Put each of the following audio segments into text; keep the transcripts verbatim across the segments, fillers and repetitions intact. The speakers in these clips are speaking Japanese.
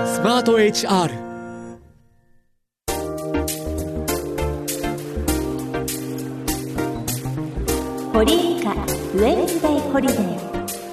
スマート エイチアール。 堀井美香ウェンズデイホリデー。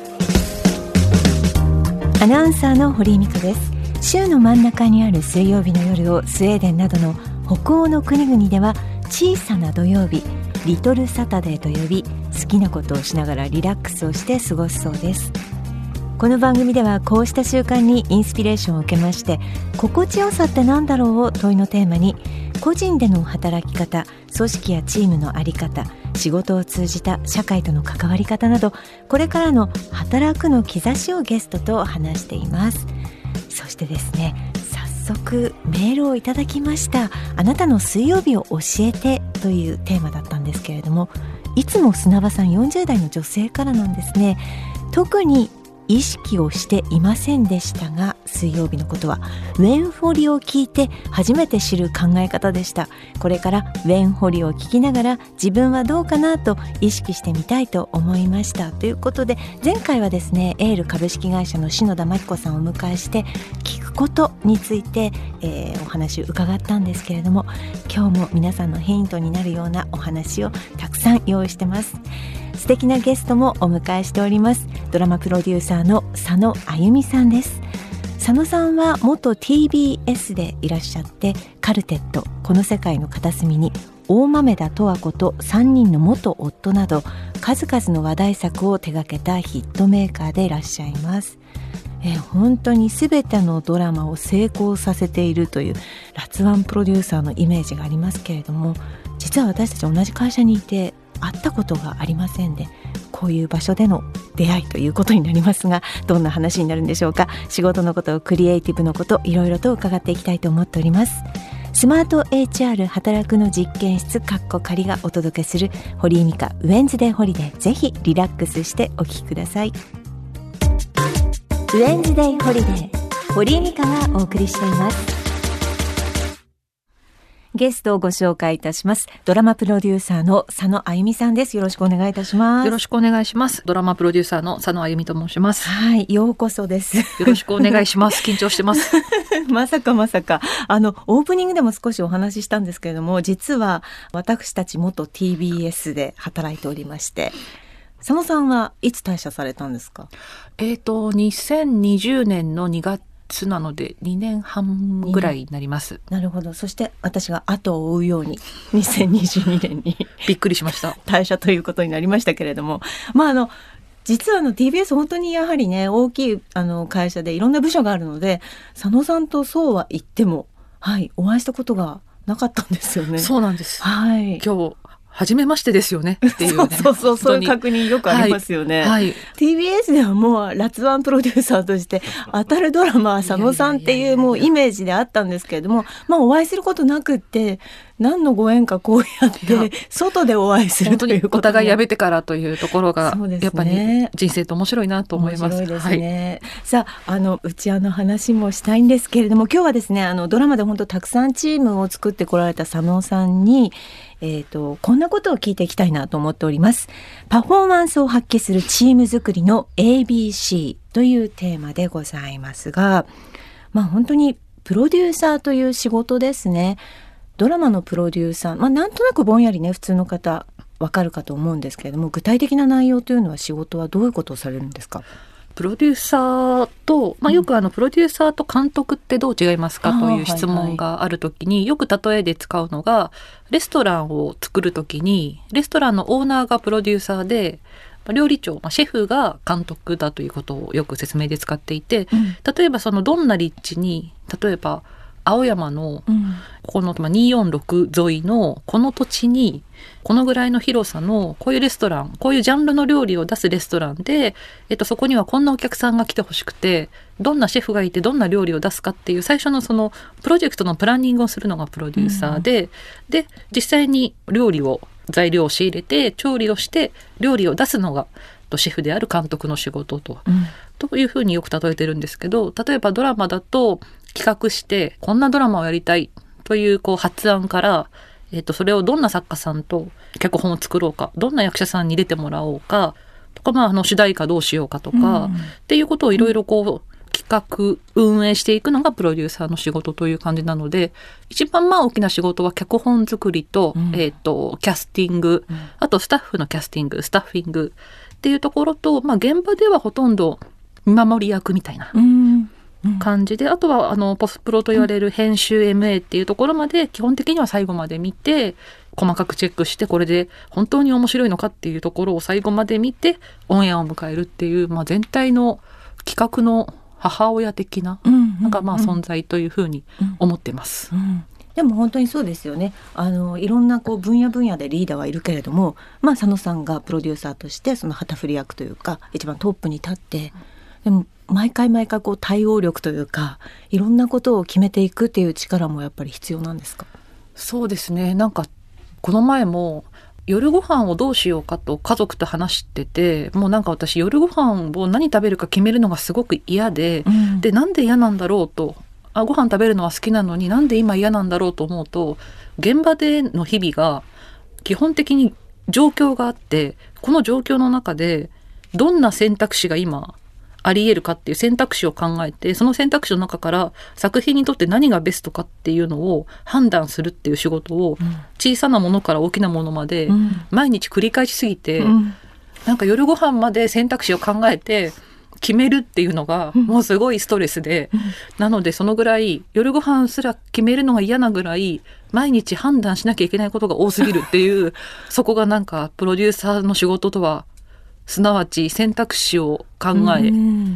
アナウンサーの堀井美香です。週の真ん中にある水曜日の夜をスウェーデンなどの北欧の国々では小さな土曜日、リトルサタデーと呼び、好きなことをしながらリラックスをして過ごすそうです。この番組ではこうした習慣にインスピレーションを受けまして、心地よさって何だろうを問いのテーマに、個人での働き方、組織やチームの在り方、仕事を通じた社会との関わり方など、これからの働くの兆しをゲストと話しています。そしてですね、早速メールをいただきました。あなたの水曜日を教えてというテーマだったんですけれども、いつも砂場さんよんじゅう代の女性からなんですね。特に意識をしていませんでしたが、水曜日のことはウェンフォリを聞いて初めて知る考え方でした。これからウェンフォリを聞きながら自分はどうかなと意識してみたいと思いましたということで、前回はですね、エール株式会社の篠田真紀子さんをお迎えして聞くことについて、えー、お話を伺ったんですけれども、今日も皆さんのヒントになるようなお話をたくさん用意してます。素敵なゲストもお迎えしております。ドラマプロデューサーの佐野あゆみさんです。佐野さんは元 ティービーエス でいらっしゃって、カルテット、この世界の片隅に、大豆田十和子とさんにんの元夫など数々の話題作を手掛けたヒットメーカーでいらっしゃいます。えー、本当に全てのドラマを成功させているというラツワンプロデューサーのイメージがありますけれども、実は私たち同じ会社にいて会ったことがありませんで、こういう場所での出会いということになりますが、どんな話になるんでしょうか。仕事のこと、クリエイティブのこと、いろいろと伺っていきたいと思っております。スマート エイチアール 働くの実験室かっこ仮がお届けする堀井美香ウェンズデーホリデー。ぜひリラックスしてお聞きください。ウェンズデーホリデー、堀井美香がお送りしています。ゲストをご紹介いたします。ドラマプロデューサーの佐野あゆみさんです。よろしくお願いいたします。 よろしくお願いします。ドラマプロデューサーの佐野あゆみと申します。 はい、ようこそです。 よろしくお願いします。緊張してますまさかまさか、あのオープニングでも少しお話ししたんですけれども、実は私たち元 ティービーエス で働いておりまして、佐野さんはいつ退社されたんですか？ えーとにせんにじゅうねんのにがつなのでにねんはんぐらいになります。 なるほど。そして私が後を追うようににせんにじゅうにねんにびっくりしました。 退社ということになりましたけれども、まああの実はあの ティービーエス 本当にやはりね、大きいあの会社でいろんな部署があるので、佐野さんとそうは言っても、はい、お会いしたことがなかったんですよね。 そうなんです。 はい、 今日初めましてですよねっていうね。 そうそうそう、そういう確認よくありますよね。はいはい、ティービーエス ではもうラツワンプロデューサーとして当たるドラマは佐野さんっていうもうイメージであったんですけれども、まあお会いすることなくって、何のご縁かこうやって外でお会いするということ、 お互いやめてからというところが、ね、やっぱり人生って面白いなと思います。 面白いですね。はい、さあ、あの内輪の話もしたいんですけれども、今日はですね、あのドラマで本当たくさんチームを作ってこられた佐野さんに、えーと、こんなことを聞いていきたいなと思っております。パフォーマンスを発揮するチーム作りの エービーシー というテーマでございますが、まあ本当にプロデューサーという仕事ですね。ドラマのプロデューサー、まあ、なんとなくぼんやりね、普通の方わかるかと思うんですけれども、具体的な内容というのは仕事はどういうことをされるんですか？ プロデューサーと、まあ、よくあのプロデューサーと監督ってどう違いますかという質問があるときに、よく例えで使うのが、レストランを作るときにレストランのオーナーがプロデューサーで、料理長、まあ、シェフが監督だということをよく説明で使っていて、うん、例えばそのどんな立地に、例えば青山のここのにーよんろく沿いのこの土地にこのぐらいの広さのこういうレストラン、こういうジャンルの料理を出すレストランで、えっと、そこにはこんなお客さんが来てほしくて、どんなシェフがいてどんな料理を出すかっていう最初のそのプロジェクトのプランニングをするのがプロデューサーで、うん、で実際に料理を材料を仕入れて調理をして料理を出すのがシェフである監督の仕事と、うん、というふうによく例えてるんですけど、例えばドラマだと企画してこんなドラマをやりたいというこう発案から、えー、とそれをどんな作家さんと脚本を作ろうか、どんな役者さんに出てもらおうかとか、まあ、あの主題歌どうしようかとか、うん、っていうことをいろいろこう企画運営していくのがプロデューサーの仕事という感じなので、一番まあ大きな仕事は脚本作りと、うん、えっと、キャスティング、うん、あとスタッフのキャスティング、スタッフィングっていうところと、まあ現場ではほとんど見守り役みたいな感じで、うん、あとはあのポスプロと言われる編集 エムエー っていうところまで基本的には最後まで見て、細かくチェックして、これで本当に面白いのかっていうところを最後まで見てオンエアを迎えるっていう、まあ、全体の企画の母親的な、うんうんうん、なんかまあ存在というふうに思ってます、うんうん、 でも本当にそうですよね。あのいろんなこう分野分野でリーダーはいるけれども、まあ、佐野さんがプロデューサーとしてその旗振り役というか一番トップに立って、でも毎回毎回こう対応力というかいろんなことを決めていくっていう力もやっぱり必要なんですか？ そうですね。なんかこの前も夜ご飯をどうしようかと家族と話してて、もうなんか私夜ご飯を何食べるか決めるのがすごく嫌で、うん、でなんで嫌なんだろうと、あご飯食べるのは好きなのになんで今嫌なんだろうと思うと、現場での日々が基本的に状況があって、この状況の中でどんな選択肢が今あり得るかっていう選択肢を考えて、その選択肢の中から作品にとって何がベストかっていうのを判断するっていう仕事を、小さなものから大きなものまで毎日繰り返しすぎて、うん、なんか夜ご飯まで選択肢を考えて決めるっていうのがもうすごいストレスで、うん、なのでそのぐらい夜ご飯すら決めるのが嫌なぐらい毎日判断しなきゃいけないことが多すぎるっていうそこがなんかプロデューサーの仕事とは、すなわち選択肢を考え、うん、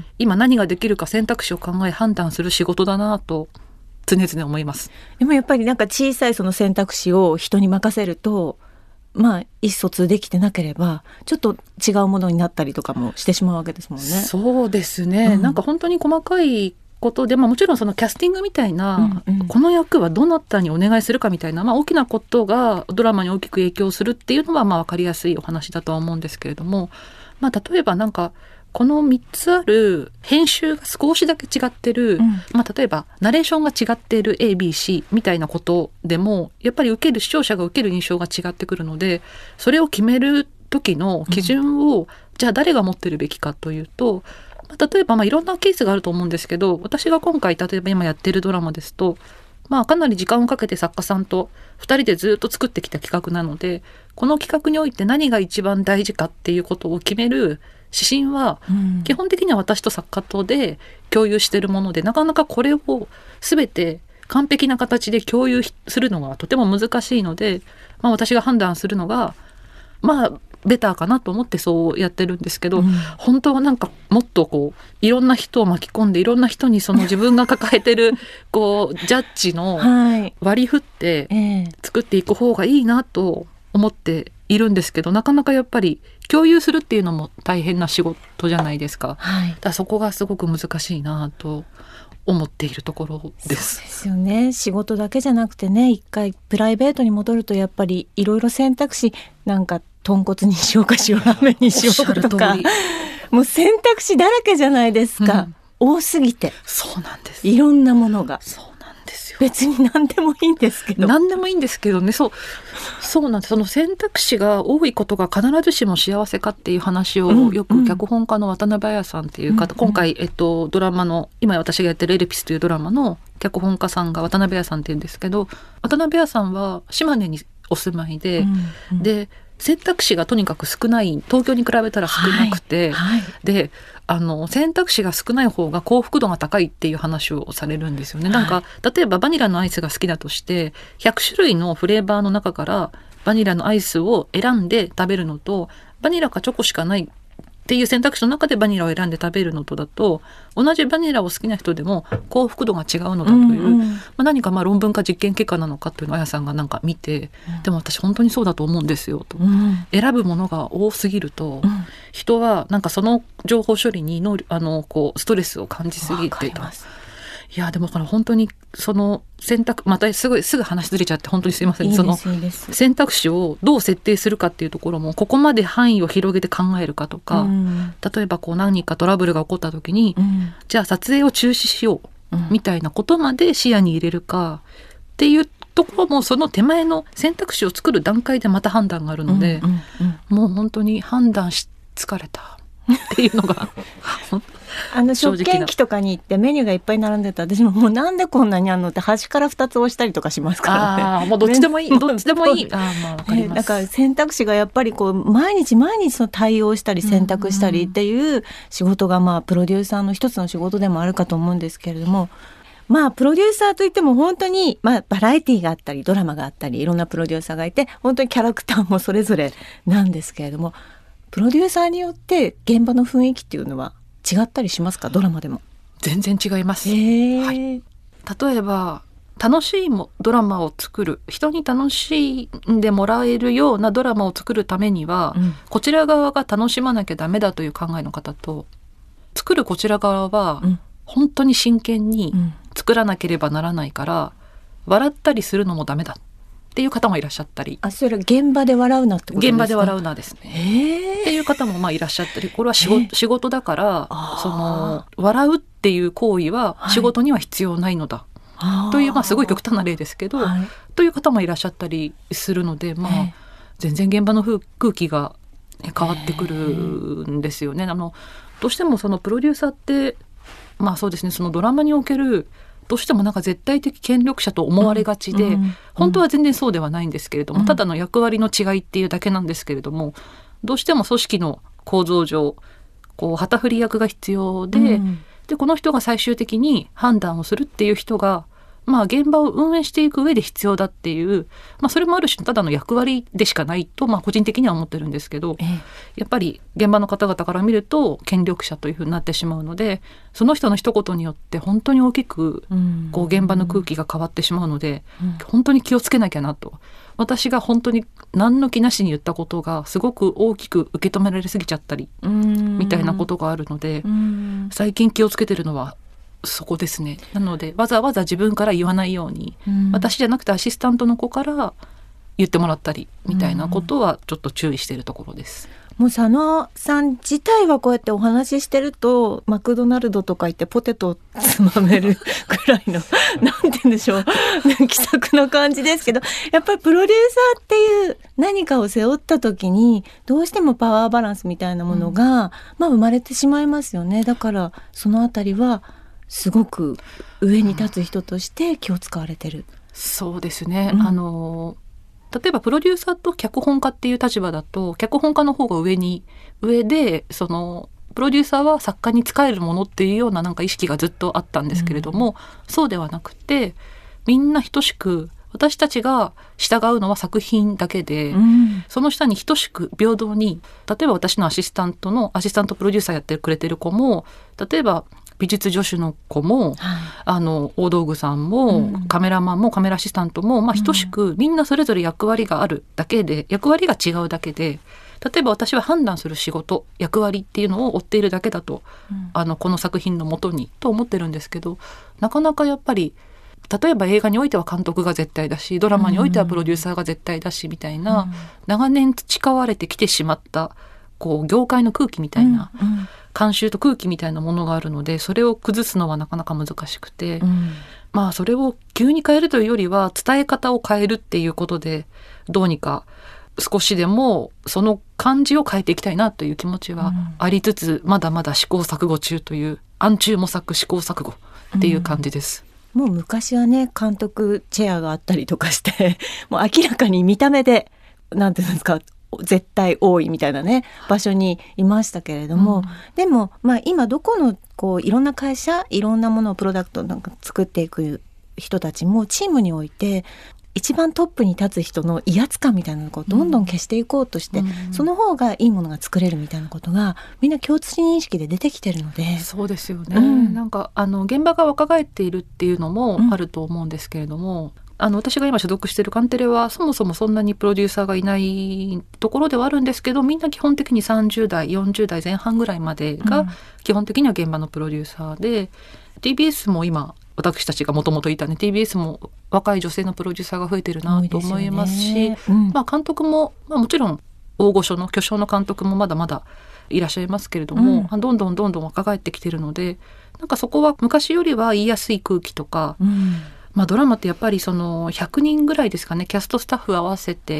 今何ができるか選択肢を考え判断する仕事だなと常々思います。 でもやっぱりなんか小さいその選択肢を人に任せると、まあ意思疎通できてなければちょっと違うものになったりとかもしてしまうわけですもんね。 そうですね、うん、なんか本当に細かいことで、まあ、もちろんそのキャスティングみたいな、うんうん、この役はどなたにお願いするかみたいな、まあ、大きなことがドラマに大きく影響するっていうのはまあ分かりやすいお話だとは思うんですけれども、まあ、例えばなんかこのみっつある編集が少しだけ違ってる、うん、まあ、例えばナレーションが違っている エービーシー みたいなことでもやっぱり受ける視聴者が受ける印象が違ってくるので、それを決める時の基準を、うん、じゃあ誰が持ってるべきかというと、まあ、例えばまあいろんなケースがあると思うんですけど、私が今回例えば今やってるドラマですと、まあ、かなり時間をかけて作家さんとふたりでずっと作ってきた企画なので、この企画において何が一番大事かっていうことを決める指針は基本的には私と作家とで共有しているもので、なかなかこれを全て完璧な形で共有するのがとても難しいので、まあ、私が判断するのがまあベターかなと思ってそうやってるんですけど、うん、本当はなんかもっとこういろんな人を巻き込んで、いろんな人にその自分が抱えてるこうジャッジの割り振って作っていく方がいいなと思っているんですけど、なかなかやっぱり共有するっていうのも大変な仕事じゃないですか、はい、だからそこがすごく難しいなと思っているところです。 そうですよね。仕事だけじゃなくてね、一回プライベートに戻るとやっぱりいろいろ選択肢、なんか豚骨にしようか塩ラーメンにしようかとかもう選択肢だらけじゃないですか、うん、多すぎて。 そうなんです。 いろんなものが。 そうなんですよ。 別に何でもいいんですけど。 何でもいいんですけどね。そう、そうなんです。その選択肢が多いことが必ずしも幸せかっていう話をよく脚本家の渡辺彩さんっていう方、うんうん、今回、えっと、ドラマの今私がやってるエルピスというドラマの脚本家さんが渡辺彩さんっていうんですけど、渡辺彩さんは島根にお住まいで、うんうん、で選択肢がとにかく少ない、東京に比べたら少なくて、はいはい、であの選択肢が少ない方が幸福度が高いっていう話をされるんですよね、はい、なんか例えばバニラのアイスが好きだとしてひゃくしゅるいのフレーバーの中からバニラのアイスを選んで食べるのと、バニラかチョコしかないっていう選択肢の中でバニラを選んで食べるのとだと、同じバニラを好きな人でも幸福度が違うのだという、うんうん、まあ、何かまあ論文か実験結果なのかというのをあやさんがなんか見て、うん、でも私本当にそうだと思うんですよと、うん、選ぶものが多すぎると、うん、人はなんかその情報処理にのあのこうストレスを感じすぎていた。いやでも本当にその選択、またすぐすぐ話ずれちゃって本当にすいません。 いいです、 そのいいです。 選択肢をどう設定するかっていうところも、ここまで範囲を広げて考えるかとか、うん、例えばこう何かトラブルが起こった時に、うん、じゃあ撮影を中止しよう、うん、みたいなことまで視野に入れるかっていうところも、その手前の選択肢を作る段階でまた判断があるので、うんうんうん、もう本当に判断し疲れたっていうのがあの食券機とかに行ってメニューがいっぱい並んでた私ももうなんでこんなにあるのって端からふたつ押したりとかしますからね。 あもうどっちでもいいどっちでもいいあまあわかります、 だから選択肢がやっぱりこう毎日毎日その対応したり選択したりっていう仕事がまあプロデューサーの一つの仕事でもあるかと思うんですけれども、まあプロデューサーといっても本当にまあバラエティがあったりドラマがあったりいろんなプロデューサーがいて本当にキャラクターもそれぞれなんですけれども、プロデューサーによって現場の雰囲気っていうのは違ったりしますか？ドラマでも。 全然違います、 えーはい、例えば楽しいもドラマを作る人に楽しんでもらえるようなドラマを作るためには、うん、こちら側が楽しまなきゃダメだという考えの方と、作るこちら側は本当に真剣に作らなければならないから、うん、笑ったりするのもダメだっていう方もいらっしゃったり。 あ、それは現場で笑うなってことですか？ 現場で笑うなですね、っていう方もまあいらっしゃったり、これは仕事、仕事だからその笑うっていう行為は仕事には必要ないのだ、はい、というまあすごい極端な例ですけど、はい、という方もいらっしゃったりするので、まあ、全然現場の空気が変わってくるんですよね。あのどうしてもそのプロデューサーってまあそうですね、そのドラマにおけるどうしてもなんか絶対的権力者と思われがちで、うんうん、本当は全然そうではないんですけれども、うん、ただの役割の違いっていうだけなんですけれども、どうしても組織の構造上こう旗振り役が必要で、うん、でこの人が最終的に判断をするっていう人がまあ現場を運営していく上で必要だっていう、まあ、それもある種ただの役割でしかないと、まあ、個人的には思ってるんですけど、ええ、やっぱり現場の方々から見ると権力者というふうになってしまうので、その人の一言によって本当に大きくこう現場の空気が変わってしまうので、うん、本当に気をつけなきゃなと。私が本当に何の気なしに言ったことがすごく大きく受け止められすぎちゃったりみたいなことがあるので、最近気をつけてるのはそこですね。なのでわざわざ自分から言わないように、うん、私じゃなくてアシスタントの子から言ってもらったりみたいなことはちょっと注意しているところです。 もう佐野さん自体はこうやってお話ししてるとマクドナルドとか行ってポテトをつまめるくらいのなんて言うんでしょう気さくな感じですけど、やっぱりプロデューサーっていう何かを背負った時にどうしてもパワーバランスみたいなものが、うん、まあ、生まれてしまいますよね。だからそのあたりはすごく上に立つ人として気を使われてる、うん、 そうですね、うん、あの例えばプロデューサーと脚本家っていう立場だと脚本家の方が上に上で、そのプロデューサーは作家に仕えるものっていうようななんか意識がずっとあったんですけれども、うん、そうではなくてみんな等しく私たちが従うのは作品だけで、うん、その下に等しく平等に、例えば私のアシスタントのアシスタントプロデューサーやってくれてる子も、例えば美術助手の子も、はい、あの大道具さんも、うん、カメラマンもカメラアシスタントも、まあ、等しくみんなそれぞれ役割があるだけで、役割が違うだけで、例えば私は判断する仕事役割っていうのを追っているだけだと、うん、あのこの作品のもとにと思ってるんですけど、なかなかやっぱり例えば映画においては監督が絶対だし、ドラマにおいてはプロデューサーが絶対だしみたいな、うん、長年培われてきてしまったこう業界の空気みたいな、うんうん、慣習と空気みたいなものがあるので、それを崩すのはなかなか難しくて、うん、まあそれを急に変えるというよりは伝え方を変えるっていうことでどうにか少しでもその感じを変えていきたいなという気持ちはありつつ、うん、まだまだ試行錯誤中という暗中模索試行錯誤っていう感じです、 うん、もう昔はね監督チェアがあったりとかしてもう明らかに見た目でなんていうんですか絶対多いみたいなね場所にいましたけれども、うん、でも、まあ、今どこのこういろんな会社いろんなものをプロダクトなんか作っていく人たちもチームにおいて一番トップに立つ人の威圧感みたいなのをどんどん消していこうとして、うん、その方がいいものが作れるみたいなことがみんな共通認識で出てきてるので。 そうですよね、うん、なんかあの現場が若返っているっていうのもあると思うんですけれども、うんあの私が今所属しているカンテレはそもそもそんなにプロデューサーがいないところではあるんですけど、みんな基本的にさんじゅう代よんじゅう代前半ぐらいまでが基本的には現場のプロデューサーで、うん、ティービーエス も今私たちがもともといたね ティービーエス も若い女性のプロデューサーが増えてるなと思いますし、うん、まあ、監督も、まあ、もちろん大御所の巨匠の監督もまだまだいらっしゃいますけれども、うん、どんどんどんどん若返ってきてるので、なんかそこは昔よりは言いやすい空気とか、うんまあ、ドラマってやっぱりそのひゃくにんぐらいですかね、キャストスタッフ合わせて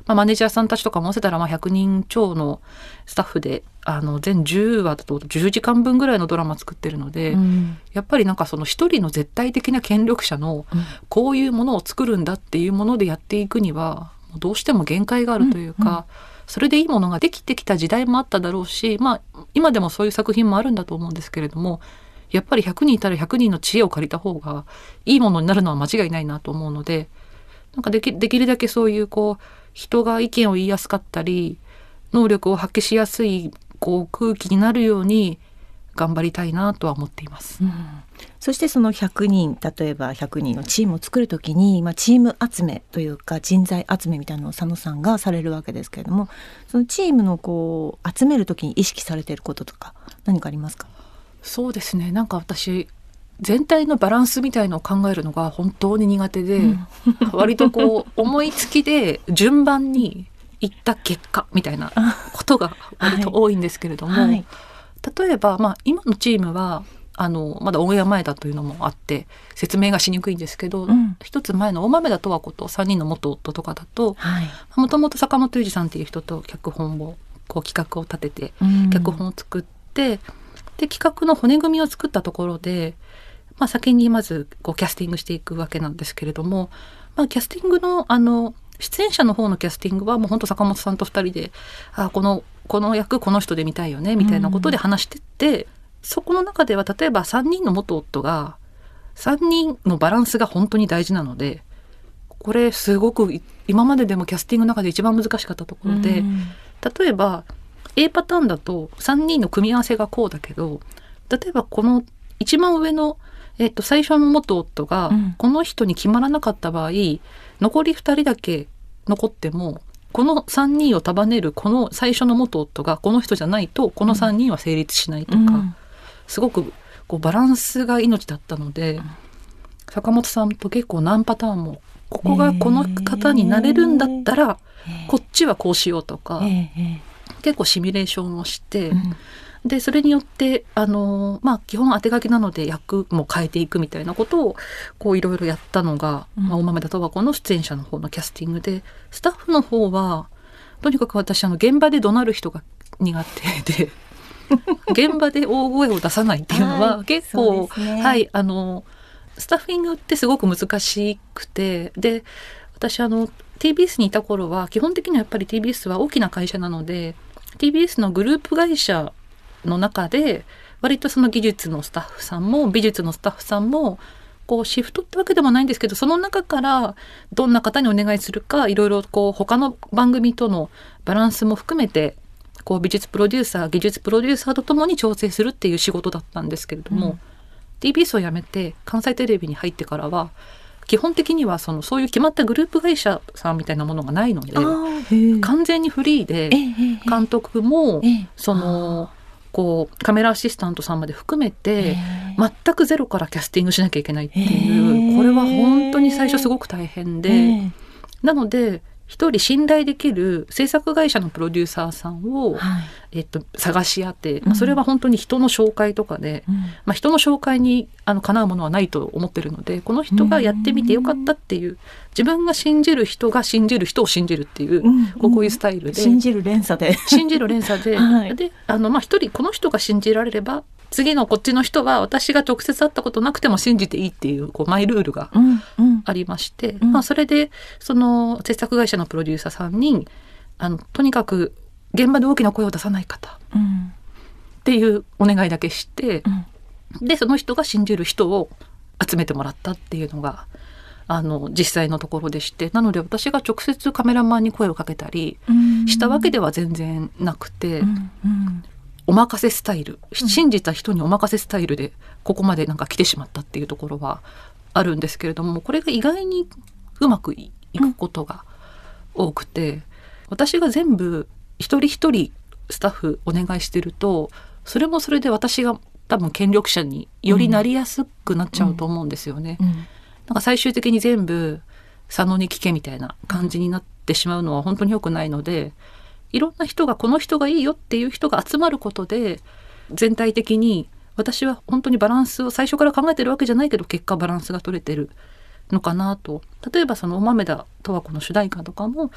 まあ、マネージャーさんたちとかも合わせたらまあひゃくにん超のスタッフであの全じゅうわだとじゅうじかんぶんぐらいのドラマ作ってるので、うん、やっぱりなんかその一人の絶対的な権力者のこういうものを作るんだっていうものでやっていくにはどうしても限界があるというか、うんうん、それでいいものができてきた時代もあっただろうし、まあ、今でもそういう作品もあるんだと思うんですけれども、やっぱりひゃくにんいたらひゃくにんの知恵を借りた方がいいものになるのは間違いないなと思うので、なんかでき、できるだけそういうこう人が意見を言いやすかったり能力を発揮しやすいこう空気になるように頑張りたいなとは思っています、うん、 そしてそのひゃくにん、例えばひゃくにんのチームを作るときに、まあ、チーム集めというか人材集めみたいなのを佐野さんがされるわけですけれども、そのチームのこう集めるときに意識されていることとか何かありますか？ そうですね、なんか私全体のバランスみたいのを考えるのが本当に苦手で、うん、割とこう思いつきで順番にいった結果みたいなことが割と多いんですけれども、はいはい、例えば、まあ、今のチームはあのまだオンエア前だというのもあって説明がしにくいんですけど、うん、一つ前の大豆田十和子とさんにんの元夫とかだと、もともと坂本龍二さんっていう人と脚本をこう企画を立てて、うん、脚本を作ってで企画の骨組みを作ったところで、まあ、先にまずこうキャスティングしていくわけなんですけれども、まあ、キャスティングのあの出演者の方のキャスティングはもう本当坂本さんとふたりであこのこの役この人で見たいよねみたいなことで話してって、うん、そこの中では例えばさんにんの元夫がさんにんのバランスが本当に大事なので、これすごく今まででもキャスティングの中で一番難しかったところで、うん、例えば A パターンだとさんにんの組み合わせがこうだけど、例えばこの一番上の、えっと、最初の元夫がこの人に決まらなかった場合、うん、残りふたりだけ残ってもこのさんにんを束ねるこの最初の元夫がこの人じゃないとこのさんにんは成立しないとか、うん、すごくこうバランスが命だったので、うん、坂本さんと結構何パターンもここがこの方になれるんだったら、えー、こっちはこうしようとか、えー、結構シミュレーションをして、うん、でそれによってあの、まあ、基本当て書きなので役も変えていくみたいなことをこういろいろやったのが、うんまあ、大豆田十和子の出演者の方のキャスティングで、スタッフの方はとにかく私あの現場で怒鳴る人が苦手で現場で大声を出さないっていうのは、はい、結構、ねはい、あのスタッフィングってすごく難しくて、で私あの ティービーエス にいた頃は基本的にはやっぱり ティービーエス は大きな会社なので ティービーエス のグループ会社の中で割とその技術のスタッフさんも美術のスタッフさんもこうシフトってわけでもないんですけど、その中からどんな方にお願いするかいろいろこう他の番組とのバランスも含めてこう美術プロデューサー技術プロデューサーとともに調整するっていう仕事だったんですけれども、うん、ティービーエス を辞めて関西テレビに入ってからは基本的にはそのそういう決まったグループ会社さんみたいなものがないので完全にフリーで監督もそのこうカメラアシスタントさんまで含めて全くゼロからキャスティングしなきゃいけないっていう、これは本当に最初すごく大変で、なので一人信頼できる制作会社のプロデューサーさんを、はいえっと、探し当て、まあ、それは本当に人の紹介とかで、うんまあ、人の紹介にあのかなうものはないと思ってるので、この人がやってみてよかったっていう、自分が信じる人が信じる人を信じるっていう、うん、こういうスタイルで信じる連鎖で信じる連鎖で、はい、であの、まあ、一人この人が信じられれば次のこっちの人は私が直接会ったことなくても信じていいっていう、こうマイルールがありまして、うんうんまあ、それでその制作会社のプロデューサーさんにあのとにかく現場で大きな声を出さない方、うん、っていうお願いだけして、うん、でその人が信じる人を集めてもらったっていうのがあの実際のところでして、なので私が直接カメラマンに声をかけたりしたわけでは全然なくて、うんうんお任せスタイル、信じた人にお任せスタイルでここまでなんか来てしまったっていうところはあるんですけれども、これが意外にうまくいくことが多くて、私が全部一人一人スタッフお願いしてると、それもそれで私が多分権力者によりなりやすくなっちゃうと思うんですよね、うんうん、なんか最終的に全部佐野に聞けみたいな感じになってしまうのは本当に良くないので、いろんな人がこの人がいいよっていう人が集まることで全体的に私は本当にバランスを最初から考えてるわけじゃないけど結果バランスが取れてるのかなと。例えばその大豆田十和子の主題歌とかも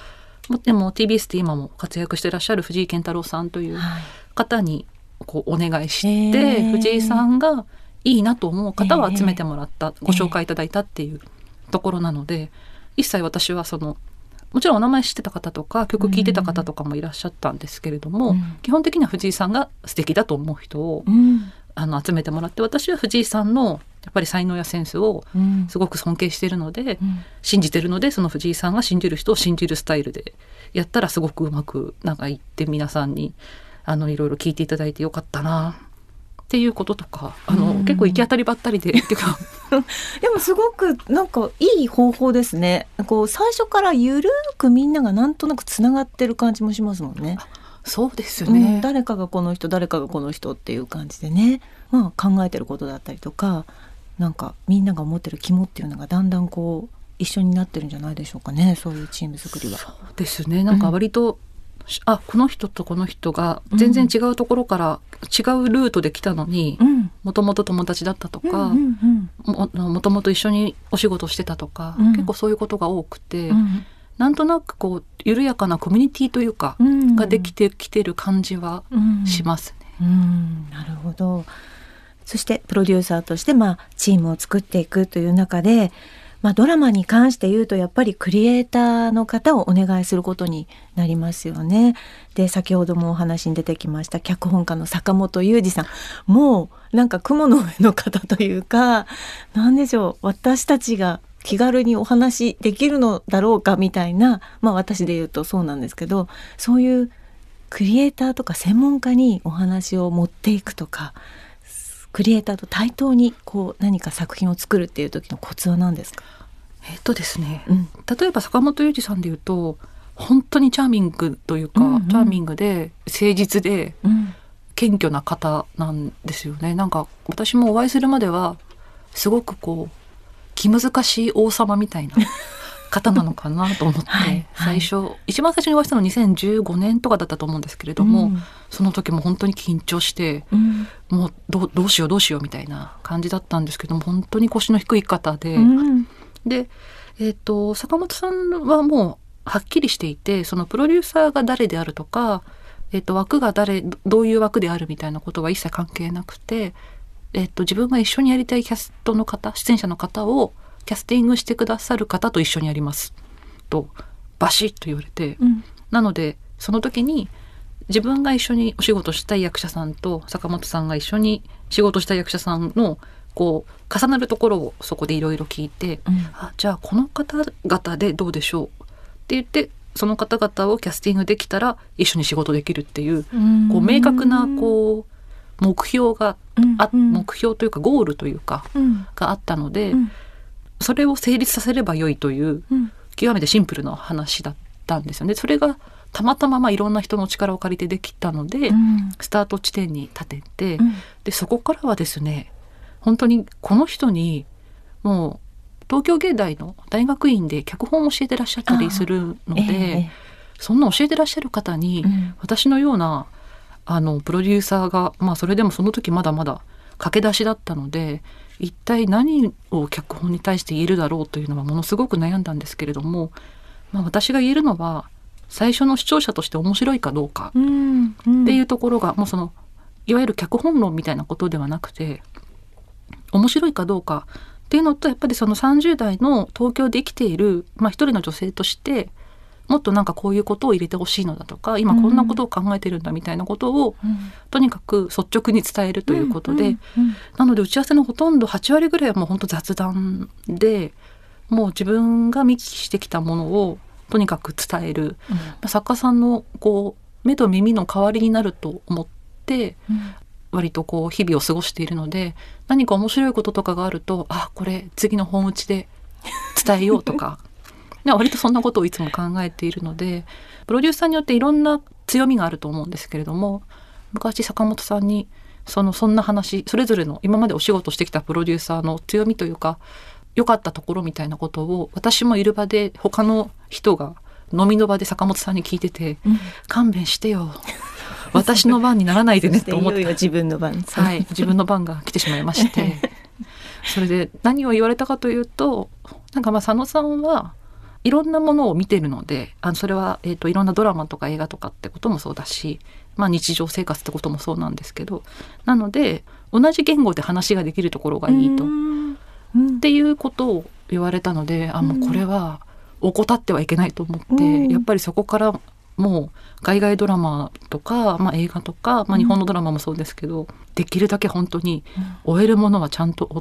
でも ティービーエス で今も活躍してらっしゃる藤井健太郎さんという方にこうお願いして、はい、藤井さんがいいなと思う方を集めてもらった、ご紹介いただいたっていうところなので、一切私はそのもちろんお名前知ってた方とか曲聴いてた方とかもいらっしゃったんですけれども、うん、基本的には藤井さんが素敵だと思う人を、うん、あの集めてもらって、私は藤井さんのやっぱり才能やセンスをすごく尊敬しているので、うん、信じてるので、その藤井さんが信じる人を信じるスタイルでやったらすごくうまくなんかいって、皆さんにあのいろいろ聞いていただいてよかったなっていうこととか、あの、うん、結構行き当たりばったりでっていうかでもすごくなんかいい方法ですね。こう最初からゆるくみんながなんとなくつながってる感じもしますもんね。 そうですよね、 うん、誰かがこの人誰かがこの人っていう感じでね、まあ、考えてることだったりとか、なんかみんなが思ってる肝っていうのがだんだんこう一緒になってるんじゃないでしょうかね、そういうチーム作りは。 そうですね、なんか割と、うん、あこの人とこの人が全然違うところから違うルートで来たのに、もともと友達だったとか、うんうんうん、も, もともと一緒にお仕事してたとか、うん、結構そういうことが多くて、うん、なんとなくこう緩やかなコミュニティというか、うん、ができてきてる感じはしますね、 うんうん、なるほど。そしてプロデューサーとして、まあ、チームを作っていくという中で、まあ、ドラマに関して言うとやっぱりクリエイターの方をお願いすることになりますよね。で先ほどもお話に出てきました脚本家の坂本雄二さん、もうなんか雲の上の方というか、なんでしょう、私たちが気軽にお話できるのだろうかみたいな、まあ私で言うとそうなんですけど、そういうクリエイターとか専門家にお話を持っていくとか、クリエイターと対等にこう何か作品を作るっていう時のコツは何ですか？ えっとですね、うん、例えば坂本雄二さんでいうと本当にチャーミングというか、うんうん、チャーミングで誠実で、うん、謙虚な方なんですよね。なんか私もお会いするまではすごくこう気難しい王様みたいな方なのかなと思ってはい、最初、はい、一番最初にお会いしたのはにせんじゅうごねんとかだったと思うんですけれども、うん、その時も本当に緊張して、うん、もう ど, どうしようどうしようみたいな感じだったんですけども、本当に腰の低い方で、うん、で、えーと、坂本さんはもうはっきりしていて、そのプロデューサーが誰であるとか、えーと、枠が誰どういう枠であるみたいなことは一切関係なくて、えーと、自分が一緒にやりたいキャストの方、出演者の方をキャスティングしてくださる方と一緒にやりますとバシッと言われて、うん、なのでその時に自分が一緒にお仕事したい役者さんと坂本さんが一緒に仕事したい役者さんのこう重なるところをそこでいろいろ聞いて、うん、あじゃあこの方々でどうでしょうって言って、その方々をキャスティングできたら一緒に仕事できるっていう、うん、こう明確なこう目標があ、うん、目標というかゴールというか、うん、があったので、うん、それを成立させれば良いという、うん、極めてシンプルな話だったんですよね。それがたまたままあいろんな人の力を借りてできたので、うん、スタート地点に立てて、うん、でそこからはですね、本当にこの人にもう東京芸大の大学院で脚本を教えてらっしゃったりするので、えー、そんな教えてらっしゃる方に、うん、私のようなあのプロデューサーが、まあそれでもその時まだまだ駆け出しだったので、一体何を脚本に対して言えるだろうというのはものすごく悩んだんですけれども、まあ、私が言えるのは最初の視聴者として面白いかどうかっていうところが、もうそのいわゆる脚本論みたいなことではなくて、面白いかどうかっていうのと、やっぱりそのさんじゅう代の東京で生きている、まあ、一人の女性としてもっとなんかこういうことを入れてほしいのだとか、今こんなことを考えてるんだみたいなことを、うん、とにかく率直に伝えるということで、うんうんうん、なので打ち合わせのほとんどはち割ぐらいはもう本当雑談で、もう自分が見聞きしてきたものをとにかく伝える、うん、作家さんのこう目と耳の代わりになると思って、うん、割とこう日々を過ごしているので、何か面白いこととかがあると、あこれ次の本打ちで伝えようとか割とそんなことをいつも考えているので、プロデューサーによっていろんな強みがあると思うんですけれども、昔坂本さんにそのそんな話、それぞれの今までお仕事してきたプロデューサーの強みというか良かったところみたいなことを、私もいる場で他の人が飲みの場で坂本さんに聞いてて、うん、勘弁してよ私の番にならないでねと思って自分の番、 はい、自分の番が来てしまいましてそれで何を言われたかというと、なんかまあ佐野さんはいろんなものを見てるので、あのそれは、えーと、いろんなドラマとか映画とかってこともそうだし、まあ、日常生活ってこともそうなんですけど、なので同じ言語で話ができるところがいいと、っていうことを言われたので、あ、もうこれは怠ってはいけないと思って、うん、やっぱりそこからもう海外ドラマとか、まあ、映画とか、まあ、日本のドラマもそうですけど、うん、できるだけ本当に追えるものはちゃんと追って、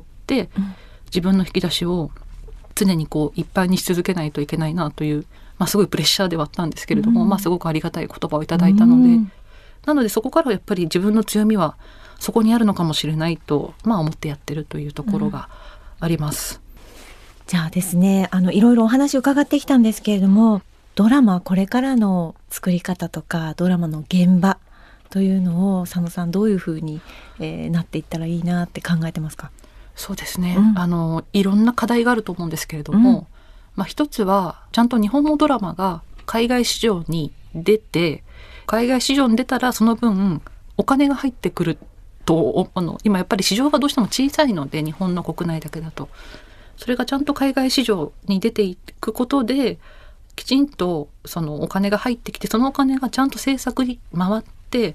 うん、自分の引き出しを常にこういっぱいにし続けないといけないなという、まあ、すごいプレッシャーではあったんですけれども、うん、まあ、すごくありがたい言葉をいただいたので、うん、なのでそこからやっぱり自分の強みはそこにあるのかもしれないと、まあ、思ってやってるというところがあります。うん、 じゃあですね、あのいろいろお話を伺ってきたんですけれども、ドラマこれからの作り方とかドラマの現場というのを佐野さんどういうふうに、えー、なっていったらいいなって考えてますか？ そうですね、うん、あのいろんな課題があると思うんですけれども、うん、まあ、一つはちゃんと日本のドラマが海外市場に出て、海外市場に出たらその分お金が入ってくると、あの今やっぱり市場がどうしても小さいので、日本の国内だけだとそれがちゃんと海外市場に出ていくことで、きちんとそのお金が入ってきて、そのお金がちゃんと制作に回って、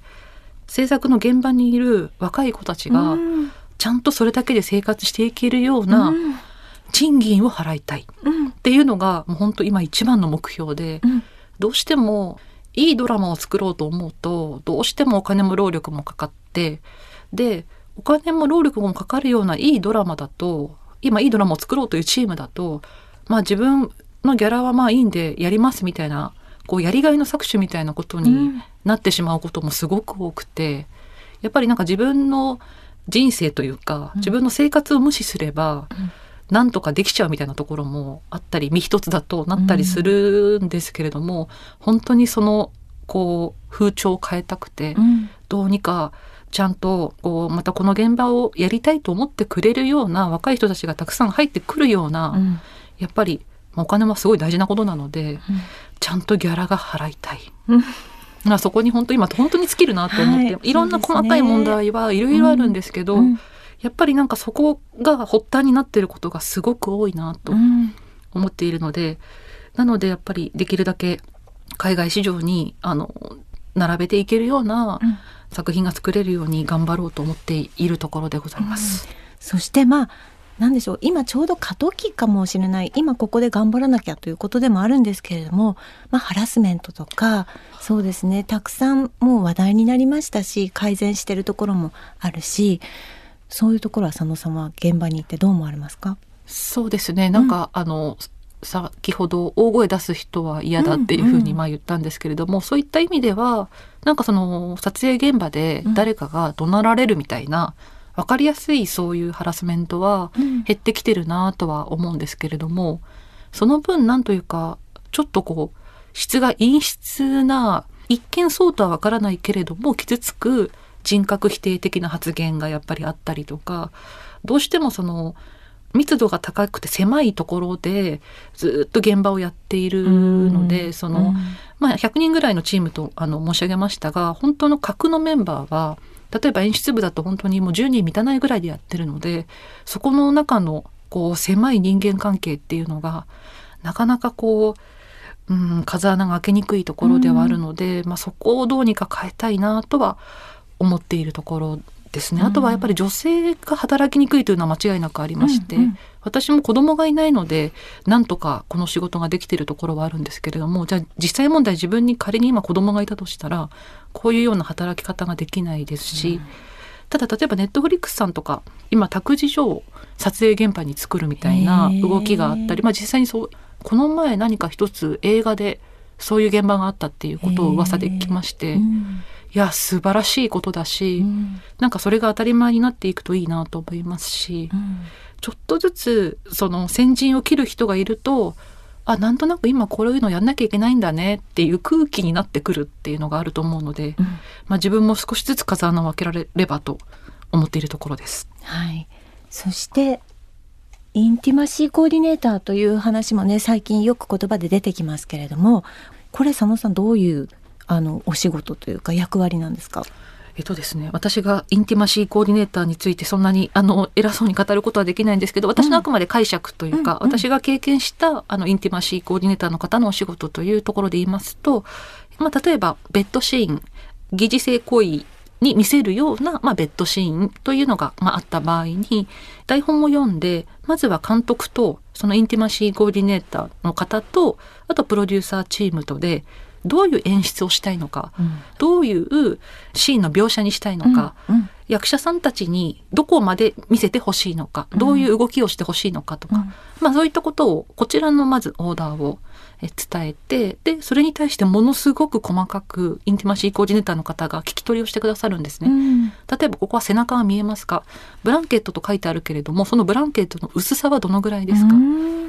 制作の現場にいる若い子たちがちゃんとそれだけで生活していけるような賃金を払いたいっていうのがもう本当今一番の目標で、どうしてもいいドラマを作ろうと思うとどうしてもお金も労力もかかって、でお金も労力もかかるようないいドラマだと、今いいドラマを作ろうというチームだと、まあ自分のギャラはまあいいんでやりますみたいな、こうやりがいの搾取みたいなことになってしまうこともすごく多くて、やっぱりなんか自分の人生というか自分の生活を無視すればなんとかできちゃうみたいなところもあったり、身一つだとなったりするんですけれども、本当にそのこう風潮を変えたくて、どうにかちゃんとこうまたこの現場をやりたいと思ってくれるような若い人たちがたくさん入ってくるような、うん、やっぱりお金はすごい大事なことなので、うん、ちゃんとギャラが払いたい、うん、まあそこに本当今本当に尽きるなと思って、はい、いろんな細かい問題はいろいろあるんですけど、うん、やっぱりなんかそこが発端になっていることがすごく多いなと思っているので、なのでやっぱりできるだけ海外市場にあの並べていけるような、うん、作品が作れるように頑張ろうと思っているところでございます、うん、 そしてまあ何でしょう、今ちょうど過渡期かもしれない、今ここで頑張らなきゃということでもあるんですけれども、まあ、ハラスメントとかそうですね、たくさんもう話題になりましたし、改善しているところもあるし、そういうところは佐野さんは現場に行ってどう思われますか？ そうですね、なんか、うん、あの先ほど大声出す人は嫌だっていうふうにまあ言ったんですけれども、うんうん、そういった意味ではなんかその撮影現場で誰かが怒鳴られるみたいな、うん、分かりやすいそういうハラスメントは減ってきてるなとは思うんですけれども、その分なんというかちょっとこう質が陰湿な、一見そうとは分からないけれども傷つく人格否定的な発言がやっぱりあったりとか、どうしてもその密度が高くて狭いところでずっと現場をやっているので、うん、その、まあ、ひゃくにんぐらいのチームとあの申し上げましたが、本当の核のメンバーは例えば演出部だと本当にもうじゅうにん満たないぐらいでやってるので、そこの中のこう狭い人間関係っていうのがなかなかこう、うん、風穴が開けにくいところではあるので、うん、まあ、そこをどうにか変えたいなとは思っているところですね。あとはやっぱり女性が働きにくいというのは間違いなくありまして、うんうん、私も子供がいないのでなんとかこの仕事ができているところはあるんですけれども、じゃあ実際問題自分に仮に今子供がいたとしたらこういうような働き方ができないですし、うん、ただ例えばネットフリックスさんとか今託児所を撮影現場に作るみたいな動きがあったり、まあ、実際にそうこの前何か一つ映画でそういう現場があったっていうことを噂で聞きまして、うん、いや素晴らしいことだし、うん、なんかそれが当たり前になっていくといいなと思いますし、うん、ちょっとずつその先陣を切る人がいると、あ、なんとなく今こういうのやんなきゃいけないんだねっていう空気になってくるっていうのがあると思うので、うん、まあ、自分も少しずつ風穴を開けられればと思っているところです。 はい、そしてインティマシーコーディネーターという話もね、最近よく言葉で出てきますけれども、これ佐野さんどういうあのお仕事というか役割なんですか？ えっとですね、私がインティマシーコーディネーターについてそんなにあの偉そうに語ることはできないんですけど、私のあくまで解釈というか、うん、私が経験したあのインティマシーコーディネーターの方のお仕事というところで言いますと、まあ、例えばベッドシーン、疑似性行為に見せるような、まあ、ベッドシーンというのが、まあ、あった場合に、台本を読んでまずは監督とそのインティマシーコーディネーターの方と、あとプロデューサーチームとでどういう演出をしたいのか、うん、どういうシーンの描写にしたいのか、うんうん、役者さんたちにどこまで見せてほしいのか、うん、どういう動きをしてほしいのかとか、うん、まあ、そういったことをこちらのまずオーダーを伝えて、でそれに対してものすごく細かくインティマシーコーディネーターの方が聞き取りをしてくださるんですね、うん、例えばここは背中が見えますか、ブランケットと書いてあるけれどもそのブランケットの薄さはどのぐらいですか、うん、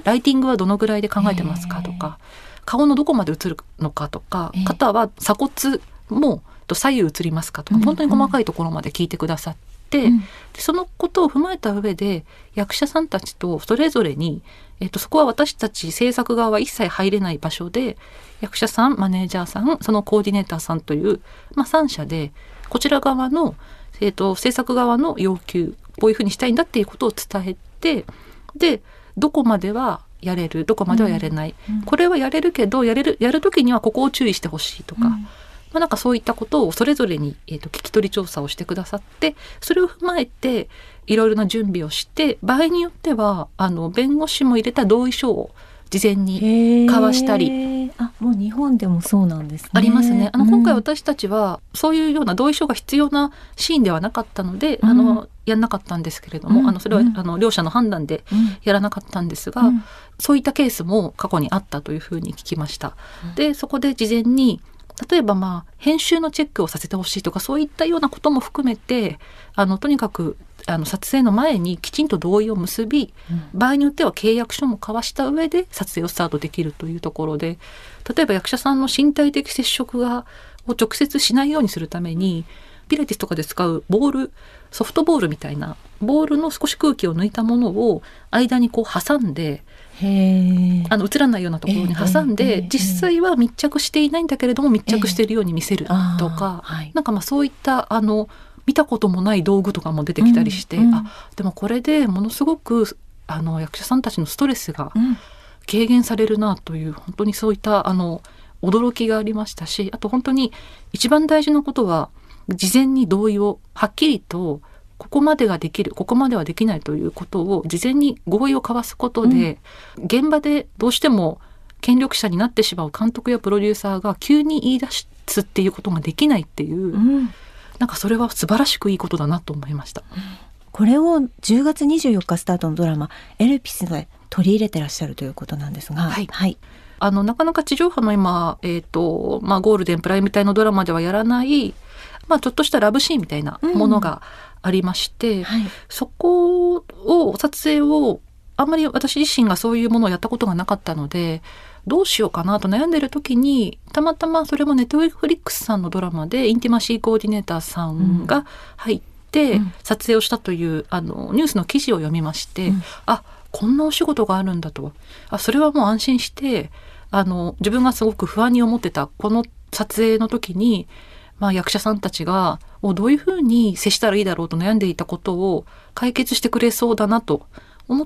ライティングはどのぐらいで考えてますかとか、顔のどこまで映るのかとか、肩は鎖骨も左右映りますかとか、本当に細かいところまで聞いてくださって、うん、でそのことを踏まえた上で役者さんたちとそれぞれに、えっと、そこは私たち制作側は一切入れない場所で、役者さん、マネージャーさん、そのコーディネーターさんという、まあ、さん者でこちら側の、えっと、制作側の要求、こういうふうにしたいんだっていうことを伝えて、でどこまではやれる、どこまではやれない、うん、これはやれるけどやれるやる時にはここを注意してほしいとか、うん、まあ、なんかそういったことをそれぞれに、えーと、聞き取り調査をしてくださって、それを踏まえていろいろな準備をして、場合によってはあの弁護士も入れた同意書を事前に交わしたり、 あ、もう日本でもそうなんですね。 ありますね。あの、うん、今回私たちはそういうような同意書が必要なシーンではなかったので、うん、あのやんなかったんですけれども、うん、あのそれは、うん、あの両者の判断でやらなかったんですが、うん、そういったケースも過去にあったというふうに聞きました、うん、でそこで事前に例えばまあ編集のチェックをさせてほしいとか、そういったようなことも含めて、あのとにかくあの撮影の前にきちんと同意を結び、うん、場合によっては契約書も交わした上で撮影をスタートできるというところで、例えば役者さんの身体的接触がを直接しないようにするために、ピラティスとかで使うボール、ソフトボールみたいなボールの少し空気を抜いたものを間にこう挟んで、へあの映らないようなところに挟んで、実際は密着していないんだけれども密着しているように見せるとか、はい、なんかまあそういったあの見たこともない道具とかも出てきたりして、うんうん、あでもこれでものすごくあの役者さんたちのストレスが軽減されるなという、本当にそういったあの驚きがありましたし、あと本当に一番大事なことは事前に同意をはっきりと、ここまでができる、ここまではできないということを事前に合意を交わすことで、うん、現場でどうしても権力者になってしまう監督やプロデューサーが急に言い出すっていうことができないっていう、うん、なんかそれは素晴らしくいいことだなと思いました。 これをじゅうがつにじゅうよっかスタートのドラマエルピスで取り入れてらっしゃるということなんですが、 はいはい、あのなかなか地上波の今、えーとまあ、ゴールデンプライム帯のドラマではやらない、まあ、ちょっとしたラブシーンみたいなものがありまして、うんはい、そこを撮影をあんまり私自身がそういうものをやったことがなかったので、どうしようかなと悩んでる時に、たまたまそれもネットフリックスさんのドラマでインティマシーコーディネーターさんが入って撮影をしたという、うん、あのニュースの記事を読みまして、うん、あこんなお仕事があるんだと、あそれはもう安心して、あの自分がすごく不安に思ってたこの撮影の時に、まあ、役者さんたちがどういうふうに接したらいいだろうと悩んでいたことを解決してくれそうだなと思って、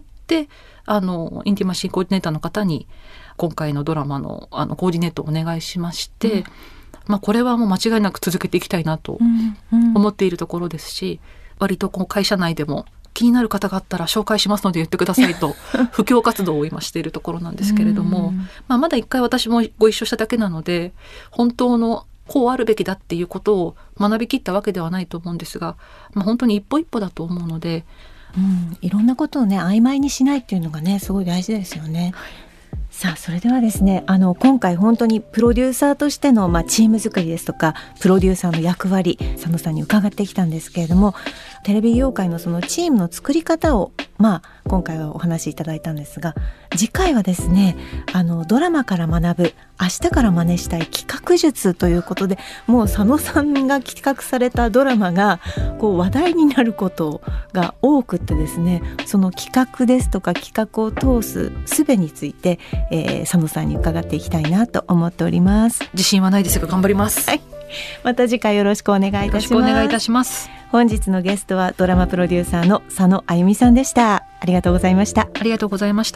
あのインティマシーコーディネーターの方に今回のドラマ の, あのコーディネートをお願いしまして、うんまあ、これはもう間違いなく続けていきたいなと思っているところですし、うんうん、割とこう会社内でも気になる方があったら紹介しますので言ってくださいと布教活動を今しているところなんですけれども、うんまあ、まだ一回私もご一緒しただけなので、本当のこうあるべきだっていうことを学びきったわけではないと思うんですが、まあ、本当に一歩一歩だと思うので、 うん、いろんなことをね曖昧にしないっていうのがねすごい大事ですよね。さあそれではですね、あの今回本当にプロデューサーとしての、まあ、チーム作りですとかプロデューサーの役割、佐野さんに伺ってきたんですけれども、テレビ業界のそのチームの作り方を、まあ、今回はお話しいただいたんですが、次回はですね、あのドラマから学ぶ明日から真似したい企画術ということで、もう佐野さんが企画されたドラマがこう話題になることが多くってですね、その企画ですとか企画を通す術について、えー、佐野さんに伺っていきたいなと思っております。 自信はないですが頑張ります。 はいまた次回よろしくお願いいたします。 よろしくお願いいたします。 本日のゲストはドラマプロデューサーの佐野あゆみさんでした。ありがとうございました。 ありがとうございました。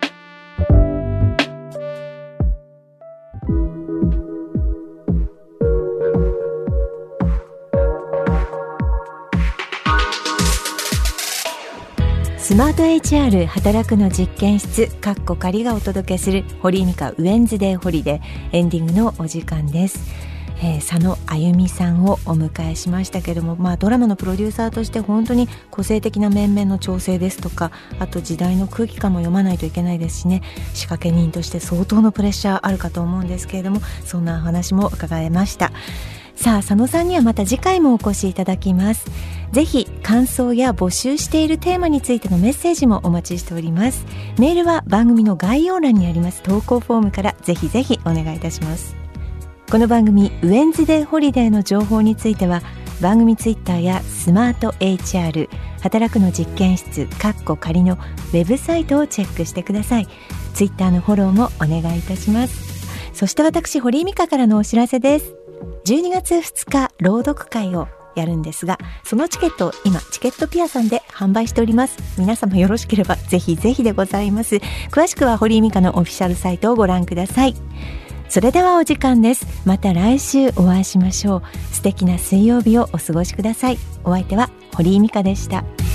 スマート エイチアール 働くの実験室かっこ仮がお届けする堀井美香ウェンズデーホリデーエンディングのお時間です。えー、佐野あゆみさんをお迎えしましたけども、まあ、ドラマのプロデューサーとして本当に個性的な面々の調整ですとか、あと時代の空気感も読まないといけないですしね、仕掛け人として相当のプレッシャーあるかと思うんですけれども、そんな話も伺えました。さあ、佐野さんにはまた次回もお越しいただきます。ぜひ感想や募集しているテーマについてのメッセージもお待ちしております。メールは番組の概要欄にあります投稿フォームからぜひぜひお願いいたします。この番組ウェンズデーホリデーの情報については番組ツイッターやスマート エイチアール 働くの実験室かっこ仮のウェブサイトをチェックしてください。ツイッターのフォローもお願いいたします。そして私堀井美香からのお知らせです。じゅうにがつふつか朗読会をやるんですが、そのチケットを今チケットピアさんで販売しております。皆様よろしければぜひぜひでございます。詳しくは堀井美香のオフィシャルサイトをご覧ください。それではお時間です。また来週お会いしましょう。素敵な水曜日をお過ごしください。お相手は堀井美香でした。